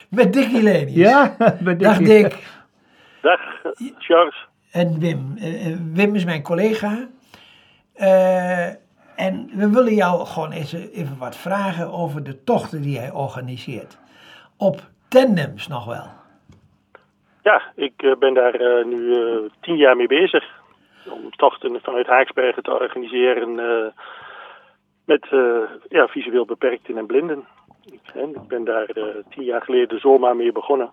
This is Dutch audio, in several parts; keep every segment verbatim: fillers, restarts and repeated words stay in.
Met Dick Hillenius. Ja, met Dag Dick. Dag, Charles. En Wim. Uh, Wim is mijn collega. Uh, en we willen jou gewoon eens even wat vragen over de tochten die hij organiseert. Op tandems nog wel. Ja, ik uh, ben daar uh, nu uh, tien jaar mee bezig. Om tochten vanuit Haaksbergen te organiseren uh, met uh, ja, visueel beperkten en blinden. En ik ben daar uh, tien jaar geleden zomaar mee begonnen.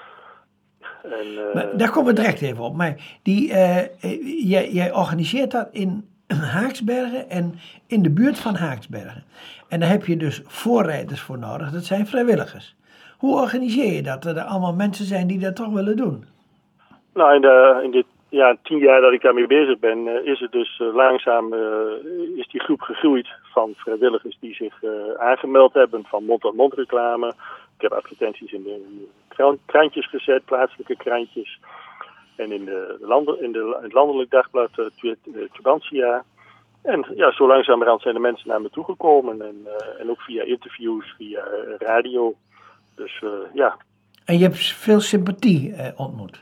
En, uh, maar daar komen we direct even op. Maar die, uh, jij, jij organiseert dat in Haaksbergen en in de buurt van Haaksbergen. En daar heb je dus voorrijders voor nodig. Dat zijn vrijwilligers. Hoe organiseer je dat? Dat er allemaal mensen zijn die dat toch willen doen? Nou, in, de, in dit ja, tien jaar dat ik daarmee bezig ben, uh, is het dus uh, langzaam uh, is die groep gegroeid van vrijwilligers die zich uh, aangemeld hebben van mond-tot-mond reclame. Ik heb advertenties in de krantjes gezet, plaatselijke krantjes. En in, de landen, in, de, in het landelijk dagblad uh, Tubantia. En ja, zo langzamerhand zijn de mensen naar me toegekomen. En, uh, en ook via interviews, via uh, radio. Dus uh, ja. En je hebt veel sympathie uh, ontmoet?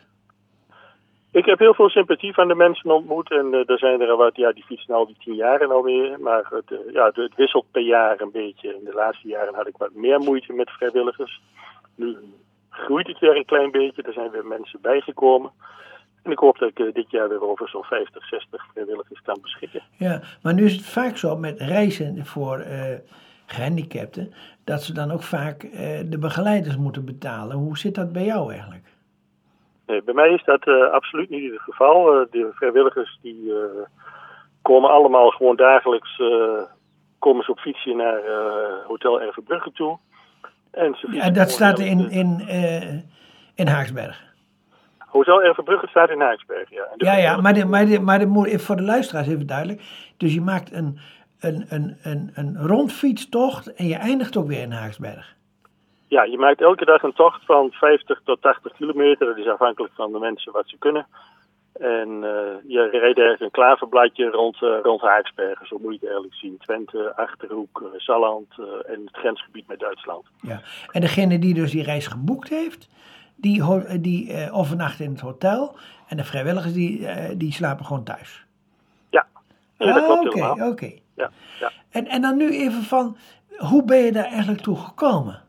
Ik heb heel veel sympathie van de mensen ontmoet. En uh, er zijn er al wat, ja, die fietsen al die tien jaren alweer. Maar het, uh, ja, het wisselt per jaar een beetje. In de laatste jaren had ik wat meer moeite met vrijwilligers. Nu groeit het weer een klein beetje. Er zijn weer mensen bijgekomen. En ik hoop dat ik uh, dit jaar weer over zo'n vijftig, zestig vrijwilligers kan beschikken. Ja, maar nu is het vaak zo met reizen voor uh, gehandicapten, dat ze dan ook vaak uh, de begeleiders moeten betalen. Hoe zit dat bij jou eigenlijk? Nee, bij mij is dat uh, absoluut niet het geval. Uh, de vrijwilligers die uh, komen allemaal gewoon dagelijks uh, komen ze op fietsje naar uh, Hotel Ervebrugge toe. En ze ja, dat staat in, in, uh, in Haaksbergen. Hotel Ervebrugge staat in Haaksbergen, ja. Ja, ja, maar, de, maar, de, maar de, voor de luisteraars even duidelijk. Dus je maakt een, een, een, een, een rondfietstocht en je eindigt ook weer in Haaksbergen. Ja, je maakt elke dag een tocht van vijftig tot tachtig kilometer. Dat is afhankelijk van de mensen wat ze kunnen. En uh, je rijdt ergens een klaverbladje rond, uh, rond Haaksbergen. Zo moet je het eigenlijk zien. Twente, Achterhoek, uh, Salland uh, en het grensgebied met Duitsland. Ja. En degene die dus die reis geboekt heeft, die, die uh, overnachten in het hotel. En de vrijwilligers die, uh, die slapen gewoon thuis. Ja, ja dat ah, klopt okay, helemaal. Oké, oké. Ja, ja. En, en dan nu even van, hoe ben je daar eigenlijk toe gekomen?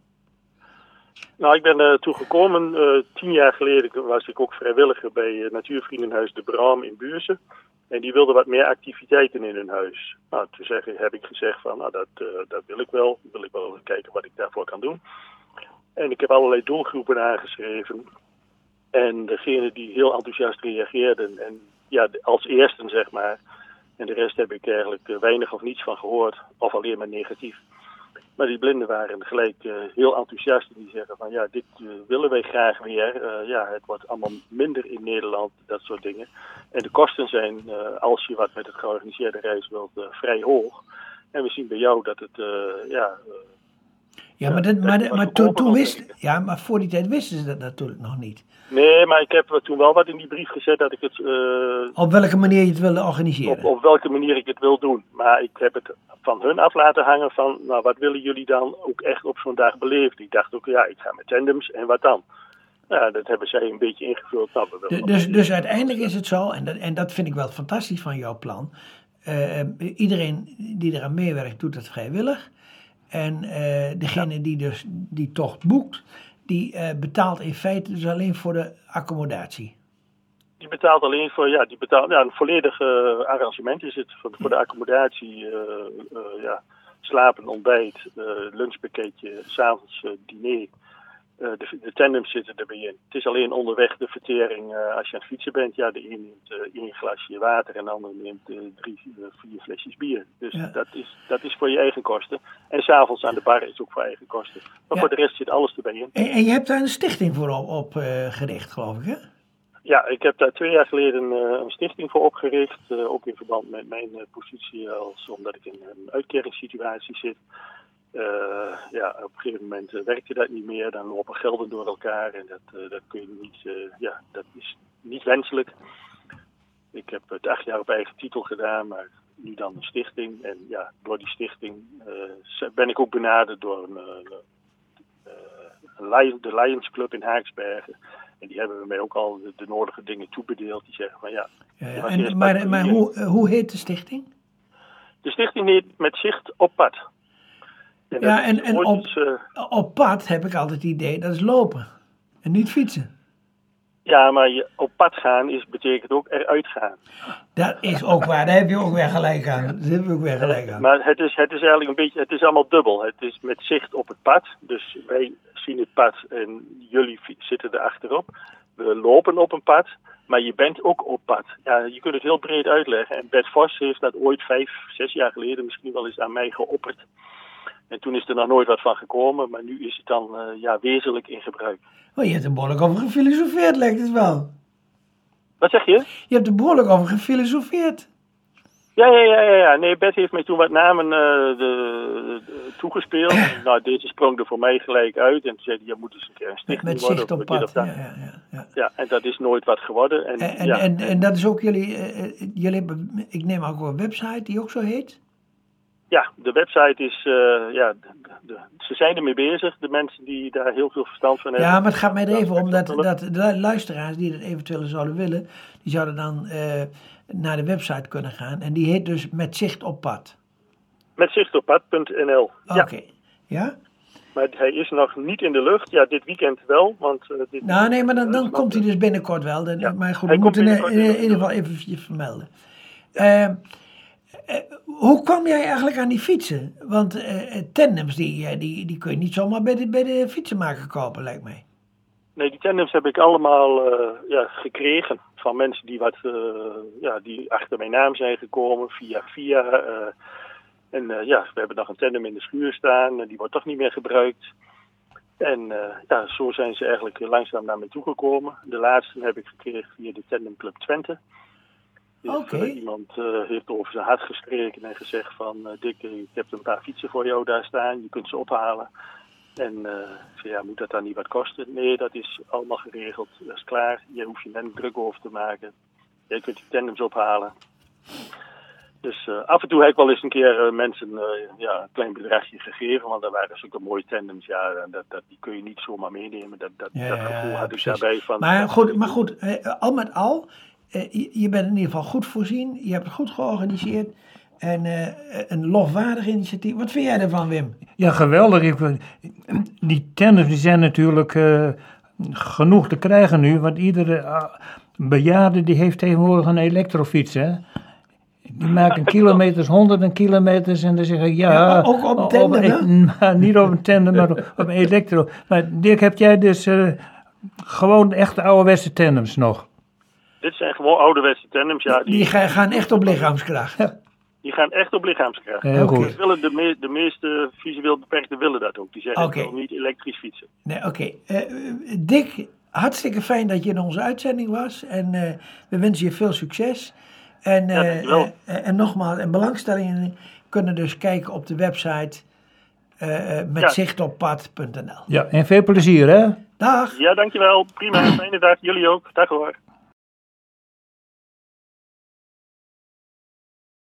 Nou, ik ben er uh, toe gekomen. Uh, tien jaar geleden was ik ook vrijwilliger bij uh, Natuurvriendenhuis De Braam in Buurse. En die wilden wat meer activiteiten in hun huis. Nou, toen zeg, heb ik gezegd van, nou, dat, uh, dat wil ik wel. Wil ik wel kijken wat ik daarvoor kan doen. En ik heb allerlei doelgroepen aangeschreven. En degene die heel enthousiast reageerden, en ja, als eersten zeg maar. En de rest heb ik eigenlijk uh, weinig of niets van gehoord. Of alleen maar negatief. Maar die blinden waren gelijk uh, heel enthousiast en die zeggen van ja, dit uh, willen wij graag weer. Uh, ja, het wordt allemaal minder in Nederland, dat soort dingen. En de kosten zijn, uh, als je wat met het georganiseerde reis wilt, uh, vrij hoog. En we zien bij jou dat het, uh, ja... Uh, ja, maar, dat, maar, maar, maar toen, toen wist, ja, maar voor die tijd wisten ze dat natuurlijk nog niet. Nee, maar ik heb toen wel wat in die brief gezet dat ik het... Uh, op welke manier je het wilde organiseren? Op, op welke manier ik het wil doen. Maar ik heb het van hun af laten hangen van, nou, wat willen jullie dan ook echt op zo'n dag beleven? Ik dacht ook, ja, ik ga met tandems en wat dan? Nou, dat hebben zij een beetje ingevuld. Nou, we de, dus, dus uiteindelijk is het zo, en dat, en dat vind ik wel fantastisch van jouw plan. Uh, iedereen die eraan meewerkt, doet het vrijwillig. En uh, degene ja. die dus die tocht boekt, die uh, betaalt in feite dus alleen voor de accommodatie. Die betaalt alleen voor, ja, die betaalt, ja, een volledig uh, arrangement is het. Voor, voor de accommodatie, uh, uh, ja, slapen, ontbijt, uh, lunchpakketje, 's avonds uh, diner. Uh, de, de tandems zitten erbij in. Het is alleen onderweg de vertering uh, als je aan het fietsen bent. Ja, de een neemt uh, één glasje water en de ander neemt uh, drie, uh, vier flesjes bier. Dus ja. dat, is, dat is voor je eigen kosten. En 's avonds aan de bar is ook voor eigen kosten. Maar ja. voor de rest zit alles erbij in. En, en je hebt daar een stichting voor op, op uh, gericht, geloof ik, hè? Ja, ik heb daar twee jaar geleden uh, een stichting voor opgericht. Uh, ook in verband met mijn uh, positie, als, omdat ik in een uitkeringssituatie zit. Uh, ja, op een gegeven moment uh, werkte dat niet meer. Dan lopen gelden door elkaar en dat, uh, dat kun je niet, uh, ja, dat is niet wenselijk. Ik heb het acht jaar op eigen titel gedaan, maar nu dan een stichting. En ja, door die stichting uh, ben ik ook benaderd door een, uh, uh, de Lions Club in Haaksbergen. En die hebben mij ook al de, de nodige dingen toebedeeld. Die zeggen van ja... ja, ja. En, maar maar hoe, hoe heet de stichting? De stichting heet Met Zicht op Pad. En ja, en, en op, is, uh, op pad heb ik altijd het idee, dat is lopen. En niet fietsen. Ja, maar je op pad gaan is, betekent ook eruit gaan. Dat is ook waar, daar heb je ook weer gelijk aan. Daar heb je ook weer gelijk aan. Maar het is, het is eigenlijk een beetje, het is allemaal dubbel. Het is met zicht op het pad. Dus wij zien het pad en jullie zitten er achterop. We lopen op een pad, maar je bent ook op pad. Ja, je kunt het heel breed uitleggen. En Bert Vos heeft dat ooit vijf, zes jaar geleden misschien wel eens aan mij geopperd. En toen is er nog nooit wat van gekomen, maar nu is het dan uh, ja, wezenlijk in gebruik. Oh, je hebt er behoorlijk over gefilosofeerd, lijkt het wel. Wat zeg je? Je hebt er behoorlijk over gefilosofeerd. Ja, ja, ja, ja, ja. Nee, Bert heeft mij toen wat namen uh, de, de, toegespeeld. Nou, deze sprong er voor mij gelijk uit. En toen zei hij, je moet eens een keer een stichting met worden. Zicht op pad, ja, ja, ja, ja. Ja, en dat is nooit wat geworden. En, en, ja, en, en, en dat is ook jullie, uh, jullie hebben, ik neem ook een website die ook zo heet? Ja, de website is, uh, ja, de, de, ze zijn ermee bezig, de mensen die daar heel veel verstand van hebben. Ja, maar het gaat mij er even om dat, dat de luisteraars die dat eventueel zouden willen, die zouden dan uh, naar de website kunnen gaan. En die heet dus Met Zicht op Pad. Met zicht op pad punt n l. Oké, okay. Ja. ja? Maar hij is nog niet in de lucht. Ja, dit weekend wel. Want, uh, dit nou nee, maar dan, dan komt hij dus binnenkort wel. Dan, ja, maar goed, we moeten in, in, in ieder geval even vermelden. Ja. Uh, Uh, hoe kwam jij eigenlijk aan die fietsen? Want uh, tandems, die, die, die kun je niet zomaar bij de, bij de fietsenmaker kopen, lijkt mij. Nee, die tandems heb ik allemaal uh, ja, gekregen van mensen die, wat, uh, ja, die achter mijn naam zijn gekomen, via via. Uh, en uh, ja, we hebben nog een tandem in de schuur staan, uh, die wordt toch niet meer gebruikt. En uh, ja, zo zijn ze eigenlijk langzaam naar mij toegekomen. De laatste heb ik gekregen via de Tandem Club Twente. Dus, okay. uh, iemand uh, heeft over zijn hart gestreken en gezegd van... Uh, Dick, ik heb een paar fietsen voor jou daar staan, je kunt ze ophalen. En uh, ik zei, ja, moet dat dan niet wat kosten? Nee, dat is allemaal geregeld, dat is klaar. Je hoeft je net niet druk over te maken. Je kunt die tandems ophalen. Dus uh, af en toe heb ik wel eens een keer uh, mensen uh, ja, een klein bedragje gegeven. Want daar waren zulke mooie tandems. Ja, dat, dat, die kun je niet zomaar meenemen. Dat, dat, ja, dat gevoel ja, had precies. ik daarbij van... Maar goed, maar goed uh, al met al... Uh, je, je bent in ieder geval goed voorzien. Je hebt het goed georganiseerd. En uh, een lofwaardig initiatief. Wat vind jij ervan, Wim? Ja, geweldig. Ik, die tandems die zijn natuurlijk uh, genoeg te krijgen nu. Want iedere uh, bejaarde die heeft tegenwoordig een elektrofiets, hè. Die maken kilometers, honderden kilometers en dan zeggen ja... ja ook op een tandem, op, hè? Niet op een tandem, maar op, op een elektro. Maar Dirk, heb jij dus uh, gewoon echte ouderwetse tandems nog? Dit zijn gewoon ouderwetse tandems, ja. Die, die gaan echt op lichaamskracht. Ja. Die gaan echt op lichaamskracht. Heel goed. Dat willen de, me, de meeste visueel beperkten willen dat ook. Die zeggen, okay. Ik wil niet elektrisch fietsen. Nee, oké. Okay. Uh, Dick, hartstikke fijn dat je in onze uitzending was. En uh, we wensen je veel succes. En, uh, ja, uh, en nogmaals, en belangstellingen kunnen dus kijken op de website uh, uh, met zicht op pad punt n l. Ja, en veel plezier, hè? Dag. Ja, dankjewel. Prima. Fijne dag. Jullie ook. Dag hoor.